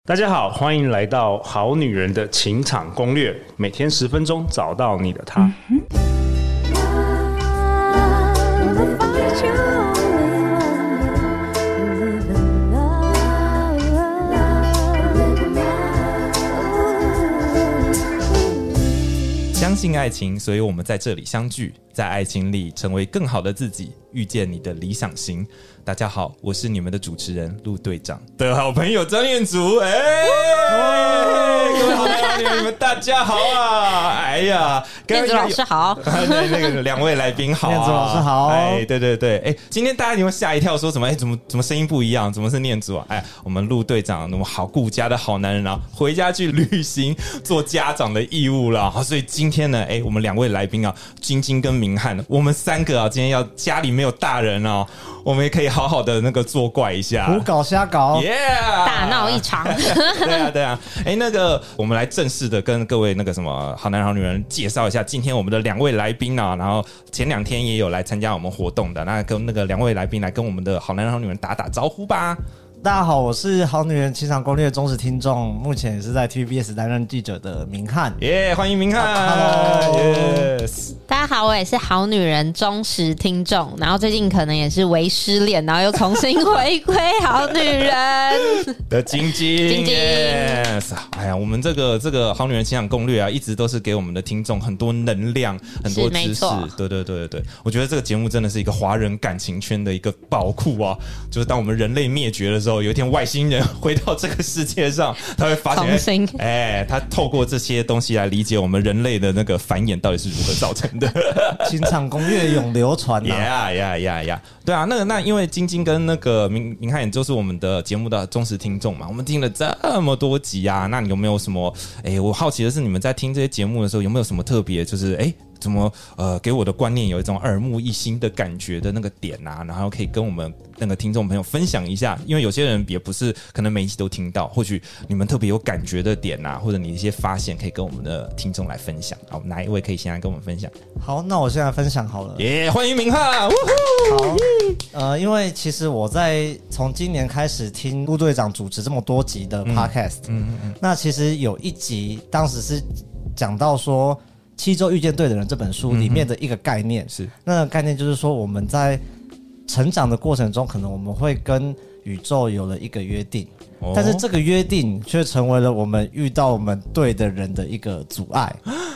大家好，欢迎来到《好女人的情场攻略》，每天10分钟，找到你的他。 相信爱情，所以我们在这里相聚，在爱情里成为更好的自己，遇见你的理想型。大家好，我是你们的主持人陆队长的好朋友张彦祖。各位好朋友，你们大家好啊！哎呀， 彦祖老师好， 那个两位来宾好啊， 彦祖老师好。 哎，对对对，哎，今天大家有没有吓一跳，说什么？哎，怎么声音不一样？怎么是彦祖啊？哎，我们陆队长那么好顾家的好男人啊，回家去履行做家长的义务了。好，所以今天呢，哎，我们两位来宾啊，晶晶跟明翰，我们三个啊，今天要家里没有大人哦，我们也可以好好的那个作怪一下， 胡搞瞎搞， yeah! 大闹一场。 对啊，对啊。哎，那个我们来正式的跟各位那个什么好男人好女人介绍一下，今天我们的两位来宾啊，然后前2天也有来参加我们活动的，那跟那个两位来宾来跟我们的好男人好女人打打招呼吧。 大家好，我是好女人情场攻略的忠实听众，目前也是在 TVBS 担任记者的明翰。 欢迎明翰。 Hello， yes。 大家好，我也是好女人忠实听众，然后最近可能也是为失恋，然后又重新回归好女人的晶晶。yes。哎呀，我们这个好女人情场攻略啊，一直都是给我们的听众很多能量，很多知识。对对对对，我觉得这个节目真的是一个华人感情圈的一个宝库啊！就是当我们人类灭绝的时候，有一天外星人回到这个世界上，他会发现，他透过这些东西来理解我们人类的那个繁衍到底是如何造成的。 情场攻略永流传啊！呀，对啊，那因为晶晶跟那个明翰也就是我们的节目的忠实听众嘛，我们听了这么多集啊，那你有没有什么？我好奇的是，你们在听这些节目的时候，有没有什么特别？就是怎么给我的观念有一种耳目一新的感觉的那个点啊，然后可以跟我们那个听众朋友分享一下，因为有些人也不是可能每一集都听到，或许你们特别有感觉的点啊，或者你一些发现可以跟我们的听众来分享。好，哪一位可以先来跟我们分享？ 好，那我现在分享好了。 欢迎明翰。 好，因为其实我在从今年开始听陆队长主持这么多集的 podcast，那其实有一集当时是讲到说7周遇见对的人这本书里面的一个概念，是那个概念就是说我们在成长的过程中，可能我们会跟宇宙有了一个约定，但是这个约定却成为了我们遇到我们对的人的一个阻碍。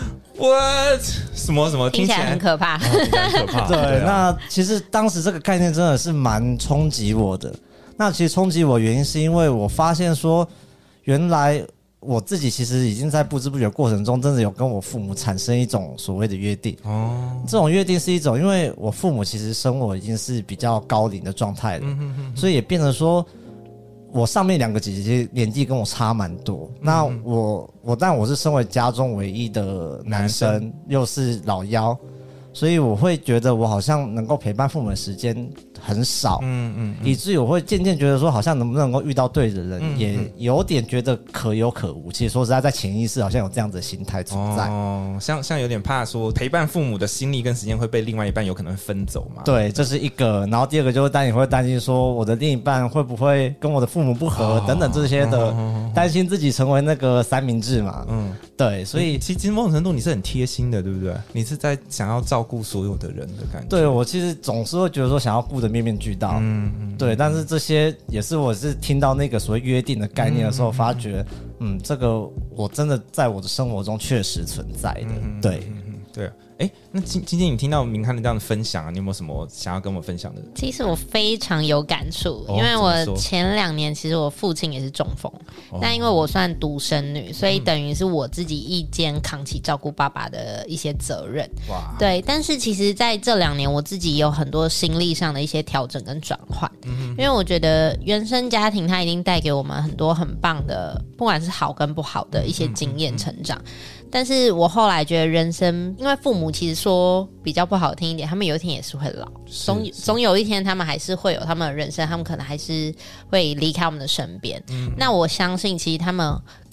What？ 什么？ 听起来很可怕。 很可怕。 对，那其实当时这个概念真的是蛮冲击我的。那其实冲击我的原因是因为我发现说，原来我自己其实已经在不知不觉过程中，真的有跟我父母产生一种所谓的约定。这种约定是一种，因为我父母其实生我已经是比较高龄的状态了，所以也变成说，我上面2个姐姐年纪跟我差蛮多。那但我是身为家中唯一的男生，又是老幺，所以我会觉得我好像能够陪伴父母的时间很少，以至于我会渐渐觉得说，好像能不能够遇到对的人，也有点觉得可有可无。其实说实在，在潜意识好像有这样子的心态存在。 像有点怕说陪伴父母的心力跟时间会被另外一半有可能分走嘛。 对，这是一个。然后第二个就是会担心说，我的另一半会不会跟我的父母不合，等等这些的，担心自己成为那个三明治嘛。对，所以其实某种程度你是很贴心的，对不对？你是在想要照顾所有的人的感觉。 对，我其实总是会觉得说想要顾得面面俱到，对。但是这些也是我是听到那个所谓约定的概念的时候，发觉，这个我真的在我的生活中确实存在的，对。 对，那今天你听到明翰的这样的分享啊，你有没有什么想要跟我分享的？ 其实我非常有感触，因为我前2年其实我父亲也是中风，但因为我算独生女，所以等于是我自己一肩扛起照顾爸爸的一些责任。对，但是其实在这2年我自己也有很多心力上的一些调整跟转换，因为我觉得原生家庭它一定带给我们很多很棒的，不管是好跟不好的一些经验成长。但是我后来觉得人生，因为父母其实说比较不好听一点，他们有一天也是会老，总有一天他们还是会有他们的人生，他们可能还是会离开我们的身边。那我相信其实他们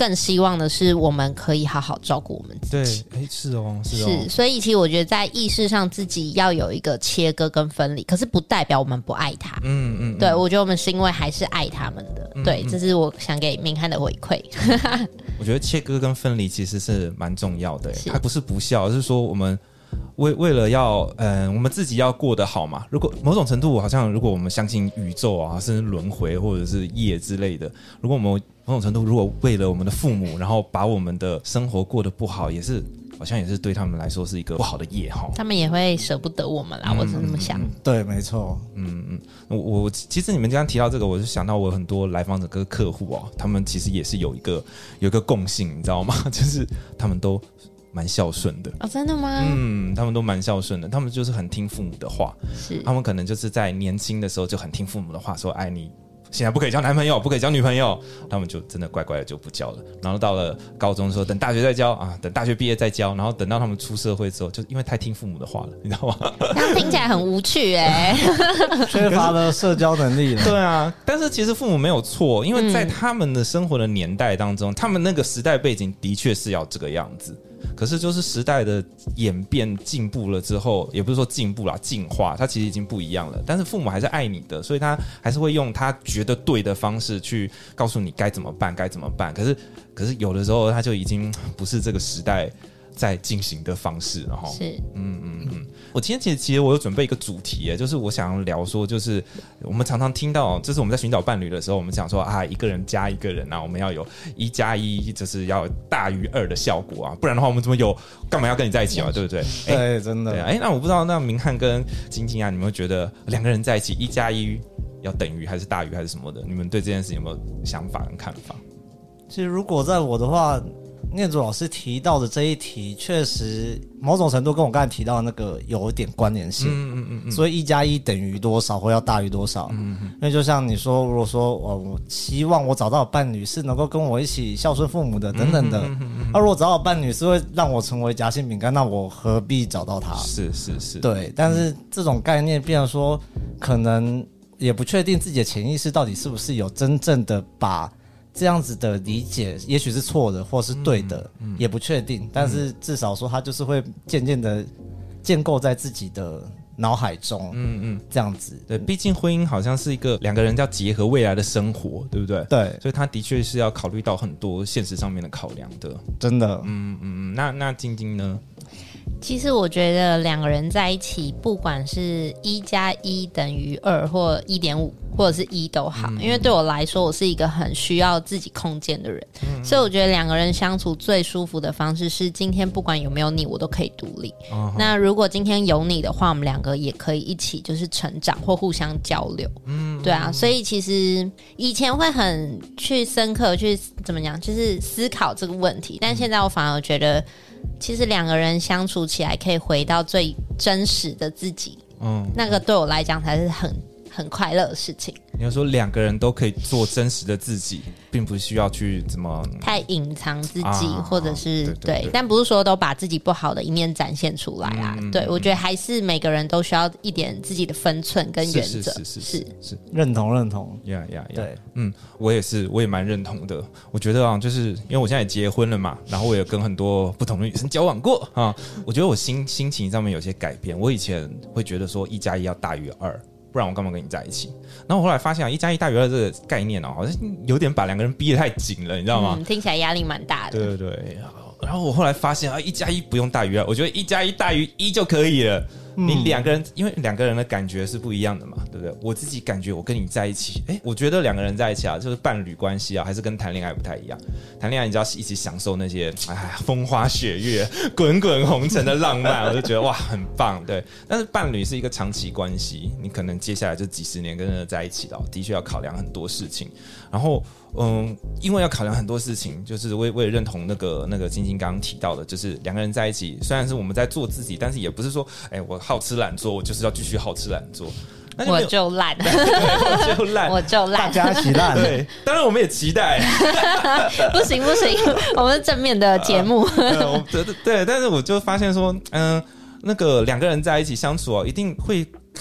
更希望的是我们可以好好照顾我们自己。 对，是哦， 所以其实我觉得在意识上自己要有一个切割跟分离，可是不代表我们不爱他。对，我觉得我们是因为还是爱他们的。对，这是我想给明翰的回馈。 我觉得切割跟分离其实是蛮重要的，它不是不孝，而是说我们为了要我们自己要过得好嘛。如果某种程度好像如果我们相信宇宙啊，甚至轮回或者是业之类的，如果我们某种程度如果为了我们的父母，然后把我们的生活过得不好，好像也是对他们来说是一个不好的业哈。 他们也会舍不得我们啦，我是这么想。 对，没错。 我其实你们刚刚提到这个，我就想到我有很多来访者跟客户哦，他们其实也是有一个共性，你知道吗？就是他们都蛮孝顺的。 哦，真的吗？ 他们都蛮孝顺的，他们就是很听父母的话。 是， 他们可能就是在年轻的时候就很听父母的话，说哎你现在不可以交男朋友，不可以交女朋友，他们就真的乖乖的就不交了。然后到了高中说等大学再交啊，等大学毕业再交，然后等到他们出社会之后，就因为太听父母的话了，你知道吗？ 这样听起来很无趣缺乏了社交能力了。 对啊，但是其实父母没有错，因为在他们的生活的年代当中，他们那个时代背景的确是要这个样子。可是就是时代的演变进步了之后，也不是说进步啦，进化，它其实已经不一样了。但是父母还是爱你的，所以他还是会用他觉得对的方式去告诉你该怎么办，该怎么办。可是有的时候他就已经不是这个时代在进行的方式了哈。 是， 我今天其实我有准备一个主题，就是我想要聊说，就是我们常常听到，就是我们在寻找伴侣的时候，我们讲说啊，一个人加一个人啊，我们要有1+1，就是要大于2的效果啊，不然的话我们干嘛要跟你在一起嘛，对不对？ 对，真的。 对，那我不知道，那明翰跟晶晶啊，你们会觉得两个人在一起1+1要等于还是大于还是什么的？你们对这件事有没有想法跟看法？ 其实如果在我的话，念祖老师提到的这一题，确实某种程度跟我刚才提到的那个有一点关联性。所以1+1等于多少，或要大于多少？因为就像你说，如果说我希望我找到的伴侣是能够跟我一起孝顺父母的，等等的。那如果找到的伴侣是会让我成为夹心饼干，那我何必找到他？ 是。 对，但是这种概念，变成说，可能也不确定自己的潜意识到底是不是有真正的把这样子的理解，也许是错的，或是对的，也不确定。但是至少说，他就是会渐渐的建构在自己的脑海中，这样子。 对，毕竟婚姻好像是一个两个人要结合未来的生活，对不对？ 对， 所以他的确是要考虑到很多现实上面的考量的， 真的。 那晶晶呢？ 其实我觉得两个人在一起，不管是1+1等于2或1.5，或者是1都好，因为对我来说，我是一个很需要自己空间的人，所以我觉得两个人相处最舒服的方式是，今天不管有没有你，我都可以独立。那如果今天有你的话，我们两个也可以一起就是成长或互相交流。对啊，所以其实以前会很去深刻去怎么讲，就是思考这个问题，但现在我反而觉得，其实两个人相处起来可以回到最真实的自己，那个对我来讲才是很快乐的事情。 你要说两个人都可以做真实的自己，并不需要去怎么太隐藏自己，或者是对，但不是说都把自己不好的一面展现出来啊。对，我觉得还是每个人都需要一点自己的分寸跟原则。是认同。 对，我也蛮认同的。我觉得啊，就是因为我现在也结婚了嘛，然后我也跟很多不同的女生交往过啊，我觉得我心情上面有些改变。我以前会觉得说1+1要大于2。不然我干嘛跟你在一起？然后我后来发现1+1大于2这个概念好像有点把两个人逼得太紧了，你知道吗？ 听起来压力蛮大的。 对。然后我后来发现1+1不用大于2，我觉得1+1大于1就可以了。你两个人，因为两个人的感觉是不一样的嘛，对不对？我自己感觉我跟你在一起，我觉得两个人在一起啊，就是伴侣关系啊，还是跟谈恋爱不太一样。谈恋爱你只要一起享受那些风花雪月、滚滚红尘的浪漫，我就觉得哇很棒，对。但是伴侣是一个长期关系，你可能接下来就几十年跟人在一起了，的确要考量很多事情。然后因为要考量很多事情，就是我也认同那个晶晶刚刚提到的，就是两个人在一起，虽然是我们在做自己，但是也不是说我好吃懒做，我就是要继续好吃懒做。 我就烂， 我就烂， 大家一起烂。 对，当然我们也期待。 不行，我们是正面的节目。 对，但是我就发现说，那个两个人在一起相处一定会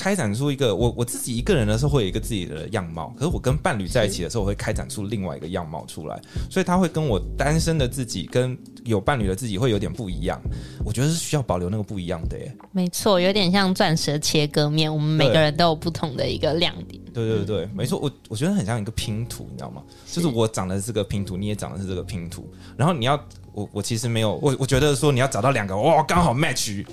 开展出一个我自己一个人的时候会有一个自己的样貌，可是我跟伴侣在一起的时候，我会开展出另外一个样貌出来，所以他会跟我单身的自己跟有伴侣的自己会有点不一样。我觉得是需要保留那个不一样的耶。 没错，有点像钻石切割面，我们每个人都有不同的一个亮点。 对对对，没错，我觉得很像一个拼图，你知道吗？就是我长的是这个拼图，你也长的是这个拼图，然后你要我其实没有我觉得说你要找到2个哇刚好 match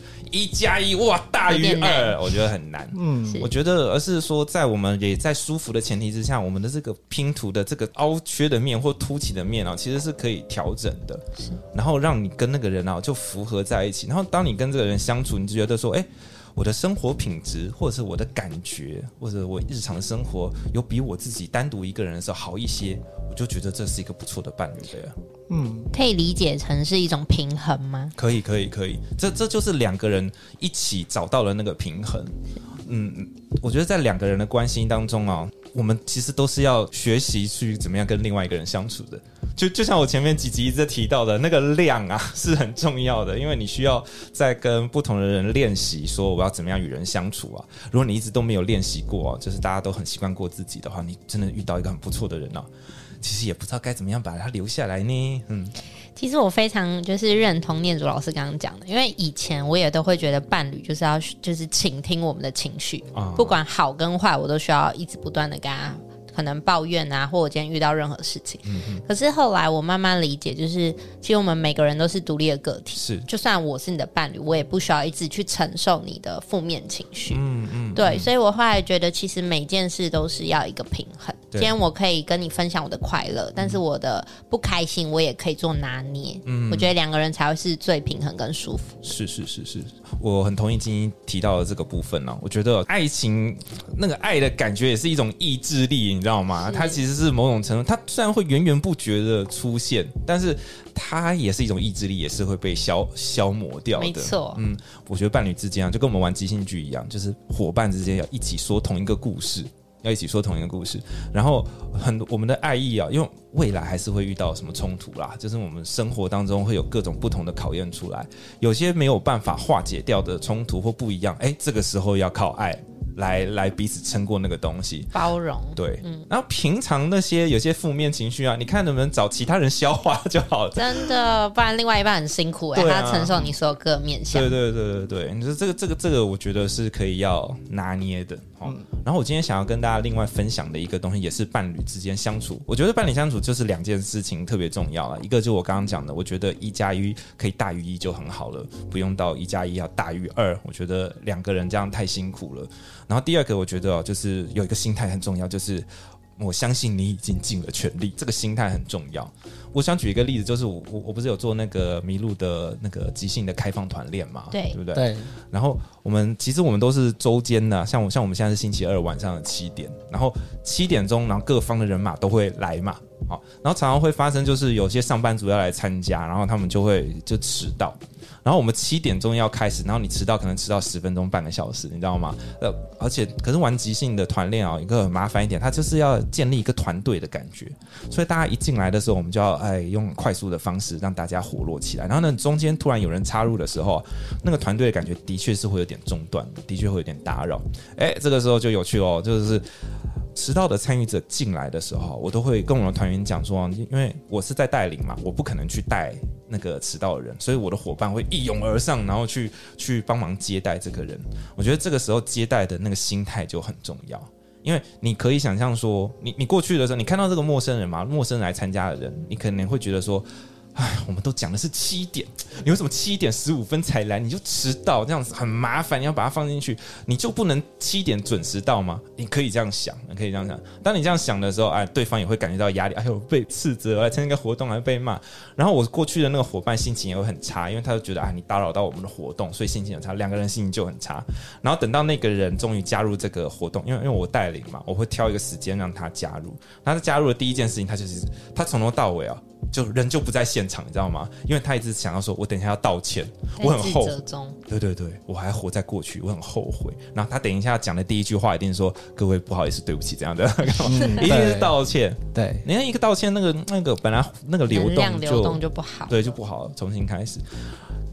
1+1哇大于2，我觉得很难。我觉得而是说在我们也在舒服的前提之下，我们的这个拼图的这个凹缺的面或凸起的面其实是可以调整的，然后让你跟那个人就符合在一起。然后当你跟这个人相处，你就觉得说，我的生活品质，或者是我的感觉，或者我日常的生活，有比我自己单独一个人的时候好一些，我就觉得这是一个不错的伴侣的呀。 可以理解成是一种平衡吗？ 可以，这就是2个人一起找到了那个平衡。我觉得在2个人的关系当中我们其实都是要学习去怎么样跟另外一个人相处的。就像我前面几集一直提到的那个量是很重要的，因为你需要在跟不同的人练习说我要怎么样与人相处如果你一直都没有练习过就是大家都很习惯过自己的话，你真的遇到一个很不错的人其实也不知道该怎么样把他留下来呢。 其实我非常就是认同念祖老师刚刚讲的，因为以前我也都会觉得伴侣就是要就是倾听我们的情绪，不管好跟坏，我都需要一直不断的跟他可能抱怨或我今天遇到任何事情。可是后来我慢慢理解，就是其实我们每个人都是独立的个体，是就算我是你的伴侣，我也不需要一直去承受你的负面情绪。对，所以我后来觉得其实每件事都是要一个平衡。今天我可以跟你分享我的快乐，但是我的不开心我也可以做拿捏。我觉得2个人才会是最平衡跟舒服。是， 我很同意金英提到的这个部分我觉得爱情那个爱的感觉也是一种意志力，你知道吗？它其实是某种程度，它虽然会源源不绝的出现，但是它也是一种意志力，也是会被消磨掉的。 没错。 我觉得伴侣之间就跟我们玩即兴剧一样，就是伙伴之间要一起说同一个故事。然后我们的爱意因为未来还是会遇到什么冲突啦，就是我们生活当中会有各种不同的考验出来，有些没有办法化解掉的冲突或不一样，这个时候要靠爱来彼此撑过那个东西， 包容。 对，然后平常那些有些负面情绪你看能不能找其他人消化就好了。 真的，不然另外一半很辛苦他承受你所有各个面向。 对，你说这个，我觉得是可以要拿捏的。然后我今天想要跟大家另外分享的一个东西，也是伴侣之间相处。我觉得伴侣相处就是2件事情特别重要了，一个就是我刚刚讲的，我觉得1+1可以大于1就很好了，不用到1+1要大于2。我觉得2个人这样太辛苦了。然后第2个，我觉得就是有一个心态很重要，就是我相信你已经尽了全力，这个心态很重要。我想举一个例子，就是我不是有做那个麋鹿的那个即兴的开放团练嘛，对不对？对。然后其实我们都是周间的，像我们现在是星期2晚上的7点，然后7点钟，然后各方的人马都会来嘛，然后常常会发生就是有些上班族要来参加，然后他们就迟到。然后我们7点钟要开始，然后你迟到可能迟到10分钟半个小时，你知道吗？而且可是玩即兴的团练一个很麻烦一点，它就是要建立一个团队的感觉，所以大家一进来的时候，我们就要用快速的方式让大家活络起来。然后呢，中间突然有人插入的时候，那个团队的感觉的确是会有点中断的，的确会有点打扰。这个时候就有趣就是迟到的参与者进来的时候，我都会跟我的团员讲说，因为我是在带领嘛，我不可能去带那个迟到的人，所以我的伙伴会一涌而上，然后去帮忙接待这个人。我觉得这个时候接待的那个心态就很重要，因为你可以想象说，你过去的时候，你看到这个陌生人嘛，陌生人来参加的人，你可能会觉得说，我们都讲的是7点，你为什么7点15分才来？你就迟到，这样子很麻烦，你要把它放进去，你就不能7点准时到吗？你可以这样想，当你这样想的时候，对方也会感觉到压力，被斥责，来参加一个活动还被骂。然后我过去的那个伙伴心情也会很差，因为他就觉得你打扰到我们的活动，所以心情很差，2个人心情就很差。然后等到那个人终于加入这个活动，因为我带领嘛，我会挑一个时间让他加入。他加入的第一件事情，他从头到尾就人就不在现场，你知道吗？因为他一直想要说，我等一下要道歉，我很后悔。对，我还活在过去，我很后悔。然后他等一下讲的第一句话一定说：“各位不好意思，对不起，这样的，一定是道歉。”对，你看一个道歉，那个本来那个流动就不好，对，就不好，重新开始。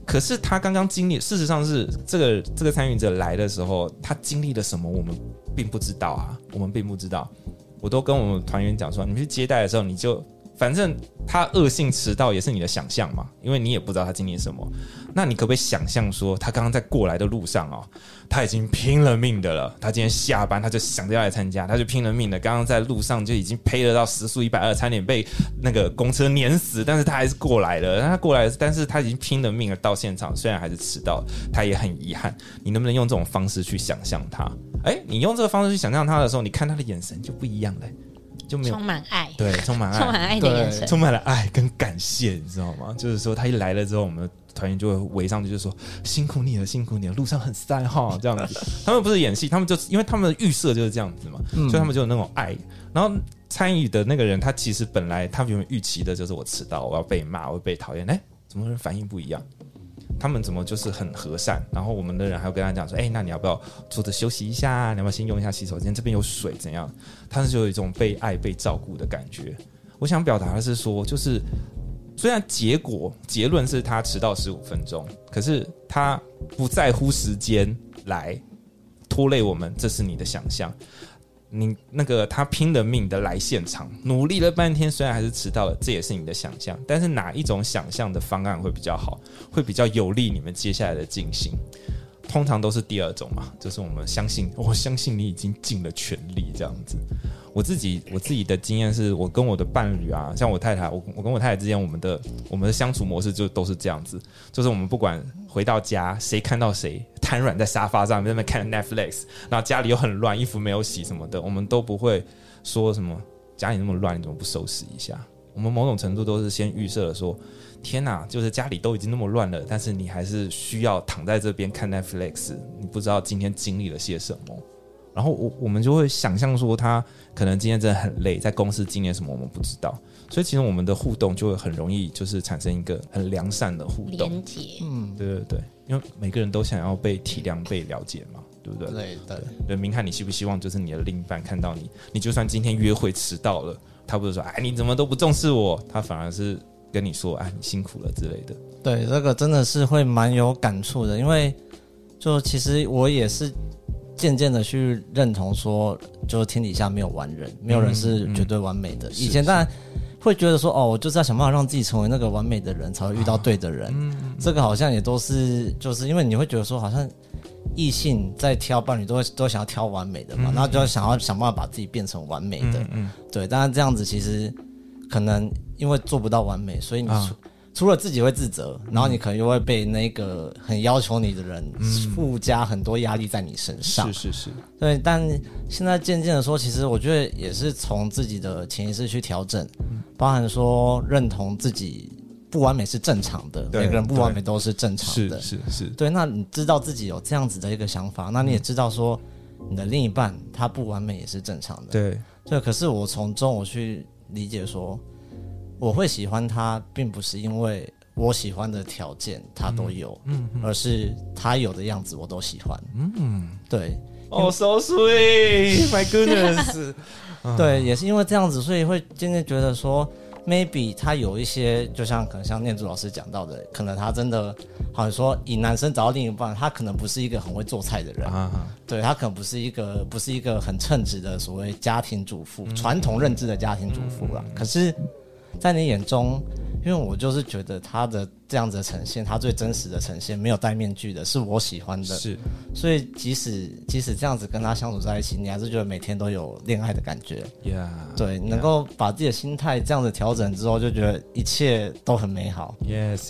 可是他刚刚经历，事实上是这个参与者来的时候，他经历了什么，我们并不知道啊，我们并不知道。我都跟我们团员讲说，你去接待的时候，你就反正他恶性迟到也是你的想象嘛，因为你也不知道他经历什么。那你可不可以想象说，他刚刚在过来的路上哦，他已经拼了命的了。他今天下班他就想着要来参加，他就拼了命的。刚刚在路上就已经配了到时速120，差点被那个公车碾死，但是他还是过来了。他过来，但是他已经拼了命了到现场，虽然还是迟到，他也很遗憾。你能不能用这种方式去想象他？你用这个方式去想象他的时候，你看他的眼神就不一样了。就没有充满爱， 对，充满爱， 充满爱的眼神， 充满了爱跟感谢，你知道吗？就是说他一来了之后，我们团员就会围上去，就说辛苦你了，辛苦你了，路上很塞哈，这样子。他们不是演戏，他们就因为他们的预设就是这样子嘛，所以他们就有那种爱。然后参与的那个人，他其实本来他原本预期的就是我迟到，我要被骂，我会被讨厌，怎么人反应不一样？他们怎么就是很和善？然后我们的人还会跟他讲说，那你要不要坐着休息一下？你要不要先用一下洗手间？这边有水，怎样？他就有一种被爱、被照顾的感觉。我想表达的是说，就是虽然结论是他迟到15分钟，可是他不在乎时间来拖累我们，这是你的想象。你那个他拼了命的来现场，努力了半天，虽然还是迟到了，这也是你的想象。但是哪一种想象的方案会比较好，会比较有利你们接下来的进行？通常都是第二种嘛，就是我相信你已经尽了全力这样子。我自己的经验是，我跟我的伴侣啊，像我太太，我跟我太太之间，我们的相处模式就都是这样子，就是我们不管回到家，谁看到谁瘫软在沙发上，在那边看 Netflix， 然后家里又很乱，衣服没有洗什么的，我们都不会说什么家里那么乱，你怎么不收拾一下？我们某种程度都是先预设了说，天哪，就是家里都已经那么乱了，但是你还是需要躺在这边看 Netflix， 你不知道今天经历了些什么。然后我们就会想象说，他可能今天真的很累，在公司经历什么我们不知道，所以其实我们的互动就会很容易就是产生一个很良善的互动连结。 对，因为每个人都想要被体谅、被了解嘛，对不对？对，明翰，你希不希望就是你的另一半看到你就算今天约会迟到了，他不是说你怎么都不重视我，他反而是跟你说你辛苦了之类的。 对，这个真的是会蛮有感触的，因为就其实我也是渐渐的去认同说，就是天底下没有完人，没有人是绝对完美的。以前当然会觉得说，我就是要想办法让自己成为那个完美的人，才会遇到对的人。这个好像也都是，就是因为你会觉得说，好像异性在挑伴侣都想要挑完美的嘛，然后就要想办法把自己变成完美的。对，当然这样子其实可能因为做不到完美，所以你除了自己会自责，然后你可能又会被那个很要求你的人附加很多压力在你身上。 是， 对，但现在渐渐的说，其实我觉得也是从自己的潜意识去调整，包含说认同自己不完美是正常的，每个人不完美都是正常的。 是。 对，那你知道自己有这样子的一个想法，那你也知道说你的另一半他不完美也是正常的。对，可是我从中我去理解说，我会喜欢他，并不是因为我喜欢的条件他都有，而是他有的样子我都喜欢。对。 so sweet, my goodness 。 对，也是因为这样子，所以会渐渐觉得说 ，maybe 他有一些，就像可能像念祖老师讲到的，可能他真的，好像说以男生找到另一半，他可能不是一个很会做菜的人，对他可能不是一个很称职的所谓家庭主妇，传统认知的家庭主妇啦。可是，在你眼中，因为我就是觉得他的这样子的呈现，他最真实的呈现，没有戴面具的，是我喜欢的。是，所以即使这样子跟他相处在一起，你还是觉得每天都有恋爱的感觉。对，能够把自己的心态这样子调整之后，就觉得一切都很美好。 Yes。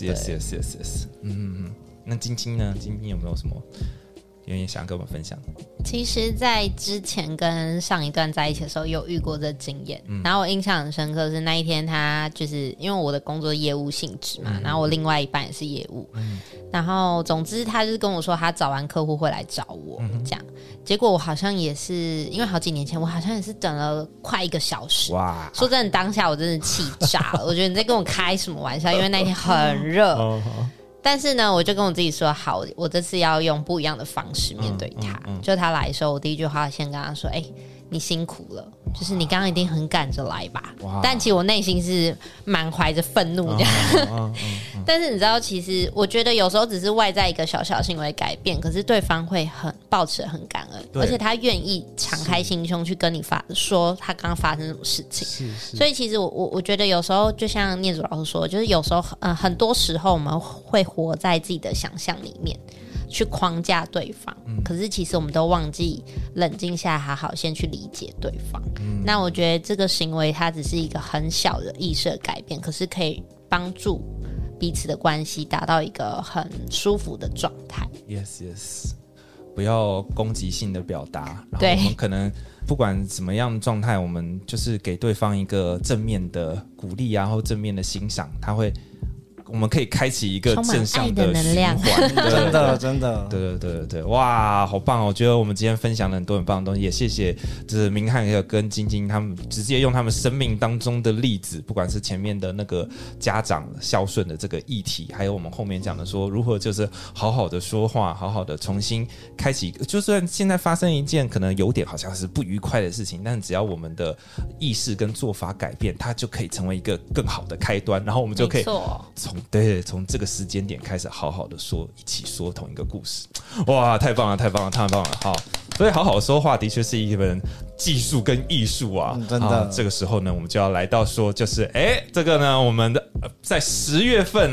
那晶晶呢？晶晶有没有什么愿意想跟我们分享？ 其实在之前跟上一段在一起的时候有遇过这经验，然后我印象很深刻是那一天他就是因为我的工作业务性质嘛，然后我另外一半也是业务，然后总之他就是跟我说他找完客户会来找我这样，结果我好像也是因为好几年前我好像也是等了快1个小时，哇！说真的当下我真的气炸了，我觉得你在跟我开什么玩笑，因为那天很热。但是呢，我就跟我自己说，好，我这次要用不一样的方式面对他。就他来的时候，我第一句话先跟他说：“ 你辛苦了，就是你刚刚一定很赶着来吧。但其实我内心是满怀着愤怒这样。但是你知道，其实我觉得有时候只是外在一个小小行为改变，可是对方会抱持很感恩，而且他愿意敞开心胸去跟你说他刚刚发生什么事情。所以其实我觉得有时候就像念祖老师说，就是有时候很多时候我们会活在自己的想象里面。去框架对方，可是其实我们都忘记冷静下来，好好先去理解对方。那我觉得这个行为它只是一个很小的意识的改变，可是可以帮助彼此的关系达到一个很舒服的状态。 Yes， 不要攻击性的表达，然后我们可能不管什么样的状态，我们就是给对方一个正面的鼓励啊，或正面的欣赏，我们可以开启一个正向的循环， 真的， 对，哇，好棒哦！我觉得我们今天分享了很多很棒的东西，也谢谢就是明翰跟晶晶他们直接用他们生命当中的例子，不管是前面的那个家长孝顺的这个议题，还有我们后面讲的说如何就是好好的说话，好好的重新开启，就算现在发生一件可能有点好像是不愉快的事情，但只要我们的意识跟做法改变，它就可以成为一个更好的开端，然后我们就可以从这个时间点开始好好的一起说同一个故事。哇，太棒了！好，所以好好说话的确是一门技术跟艺术啊， 真的。 这个时候呢，我们就要来到说，就是这个呢，我们的在10月份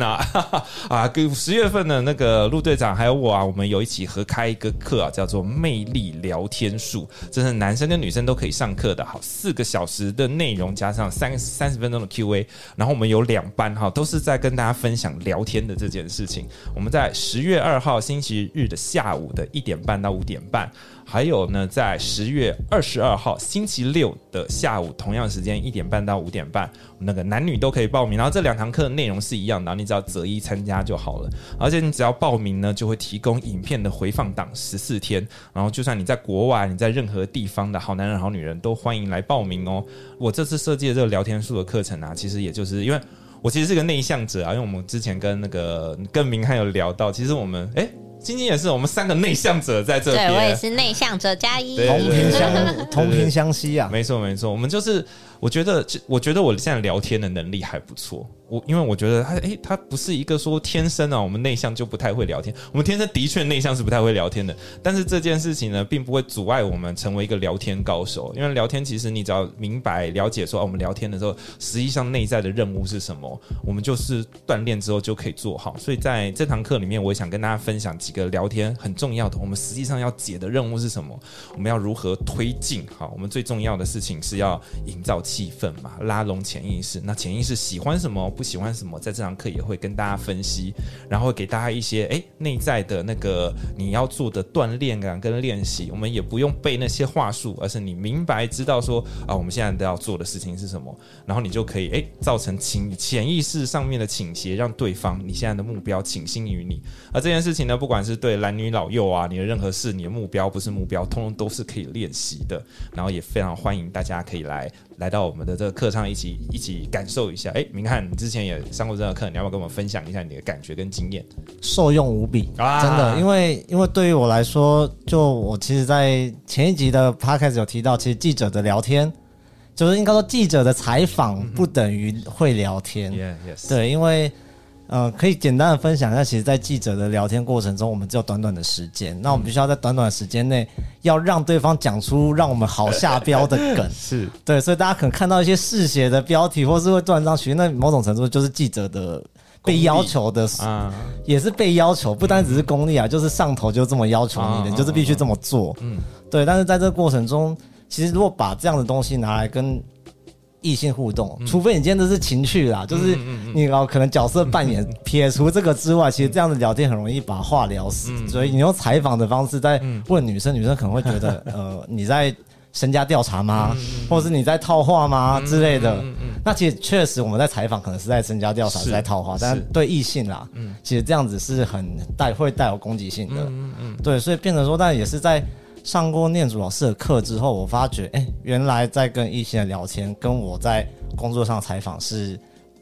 10月份的那个陆队长还有我啊，我们有一起合开一个课啊，叫做魅力聊天术，这是男生跟女生都可以上课的，好，4个小时的内容加上30分钟的 Q&A， 然后我们有2班哈，都是在跟大家分享聊天的这件事情。我们在10月2号星期日的下午的1点半到5点半。还有呢，在10月22号星期六的下午同样时间1点半到5点半，那个男女都可以报名，然后这2堂课的内容是一样的，然后你只要择一参加就好了，而且你只要报名呢，就会提供影片的回放档14天，然后就算你在国外，你在任何地方的好男人好女人都欢迎来报名哦。我这次设计的这个聊天术的课程啊，其实也就是因为我其实是个内向者啊，因为我们之前跟明翰有聊到，其实我们晶晶也是，我们3个内向者在这边。 对，我也是内向者加一， 同频相吸啊。 没错，我们就是，我觉得我现在聊天的能力还不错。因为我觉得他不是一个说天生啊，我们内向就不太会聊天。我们天生的确内向是不太会聊天的，但是这件事情呢，并不会阻碍我们成为一个聊天高手。因为聊天其实你只要明白了解说，我们聊天的时候，实际上内在的任务是什么，我们就是锻炼之后就可以做好。所以在这堂课里面，我也想跟大家分享几个聊天很重要的，我们实际上要解的任务是什么，我们要如何推进。好，我们最重要的事情是要营造气氛嘛，拉拢潜意识。那潜意识喜欢什么，不喜欢什么，在这堂课也会跟大家分析，然后会给大家一些内在的那个你要做的锻炼感跟练习。我们也不用背那些话术，而是你明白知道说我们现在都要做的事情是什么，然后你就可以造成潜意识上面的倾斜，让对方你现在的目标倾心于你。而这件事情呢，不管是对男女老幼啊，你的任何事，你的目标不是目标，通通都是可以练习的。然后也非常欢迎大家可以来到我们的这个课上一起感受一下。明翰，你之前也上过这个课，你要不要跟我们分享一下你的感觉跟经验？ 受用无比，真的，因为对于我来说，就我其实在前一集的 podcast 有提到，其实记者的聊天，就是应该说记者的采访不等于会聊天。对，因为可以简单的分享一下，其实在记者的聊天过程中，我们只有短短的时间，那我们必须要在短短的时间内要让对方讲出让我们好下标的梗。 是对，所以大家可能看到一些嗜血的标题或是会断章取义，那某种程度就是记者的被要求的也是被要求，不单只是功力啊，就是上头就这么要求你的，你就是必须这么做。对，但是在这个过程中，其实如果把这样的东西拿来跟异性互动，除非你今天这是情趣啦，就是你可能角色扮演，撇除这个之外，其实这样的聊天很容易把话聊死。所以你用采访的方式在问女生，女生可能会觉得你在身家调查吗？或者是你在套话吗之类的。那其实确实我们在采访可能是在身家调查，是在套话，但对异性啦，其实这样子是会带有攻击性的。对，所以变成说，但也是在上过念祖老师的课之后，我发觉原来在跟异性的聊天跟我在工作上采访是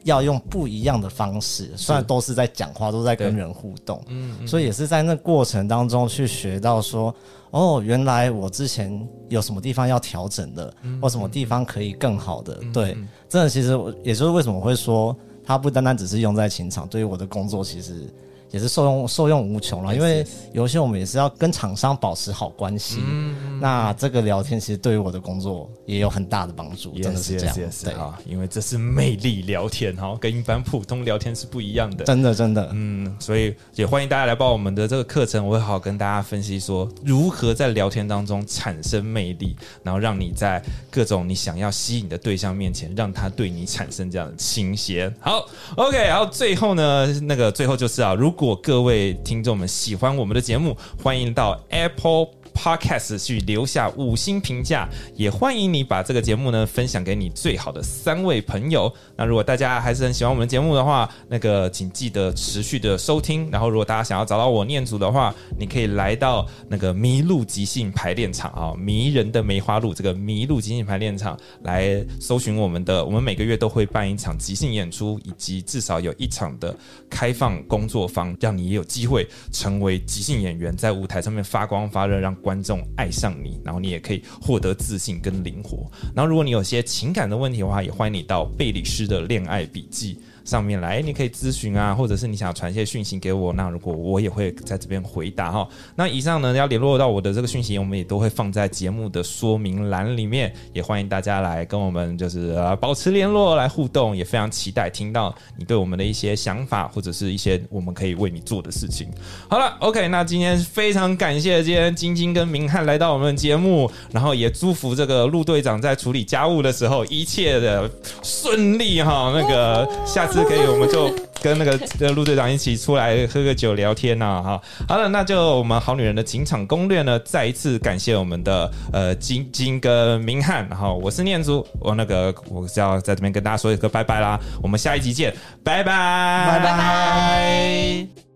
要用不一样的方式，虽然都是在讲话，都在跟人互动，所以也是在那过程当中去学到说，哦，原来我之前有什么地方要调整的，或什么地方可以更好的，对，真的其实也就是为什么我会说，它不单单只是用在情场，对于我的工作其实也是受用无穷了，因为有些我们也是要跟厂商保持好关系，那这个聊天其实对于我的工作也有很大的帮助，真的是这样，对啊，因为这是魅力聊天哈，跟一般普通聊天是不一样的， 真的， 所以也欢迎大家来报我们的这个课程，我会好好跟大家分析说如何在聊天当中产生魅力，然后让你在各种你想要吸引的对象面前，让他对你产生这样的倾斜。好 ，OK， 然后最后呢，最后就是如果各位听众们喜欢我们的节目，欢迎到 Apple Podcast 去留下5星评价，也欢迎你把这个节目呢分享给你最好的3位朋友。那如果大家还是很喜欢我们的节目的话，请记得持续的收听。然后如果大家想要找到我念祖的话，你可以来到麋鹿即兴排练场迷人的梅花鹿这个麋鹿即兴排练场来搜寻我们每个月都会办一场即兴演出，以及至少有1场的开放工作坊，让你也有机会成为即兴演员，在舞台上面发光发热，让观众爱上你，然后你也可以获得自信跟灵活。然后如果你有些情感的问题的话，也欢迎你到贝里斯的恋爱笔记上面来，你可以咨询或者是你想要传一些讯息给我，那如果我也会在这边回答那以上呢，要联络到我的这个讯息，我们也都会放在节目的说明栏里面，也欢迎大家来跟我们保持联络，来互动，也非常期待听到你对我们的一些想法，或者是一些我们可以为你做的事情。好了 ，OK， 那今天非常感谢今天晶晶跟明翰来到我们的节目，然后也祝福这个陆队长在处理家务的时候一切的顺利下次可以我们就跟陆队长一起出来喝个酒聊天好了，那就我们好女人的情场攻略呢，再一次感谢我们的晶晶跟明翰，然后我是念祖，我是要在这边跟大家说一个拜拜啦，我们下一集见，拜拜， 拜拜。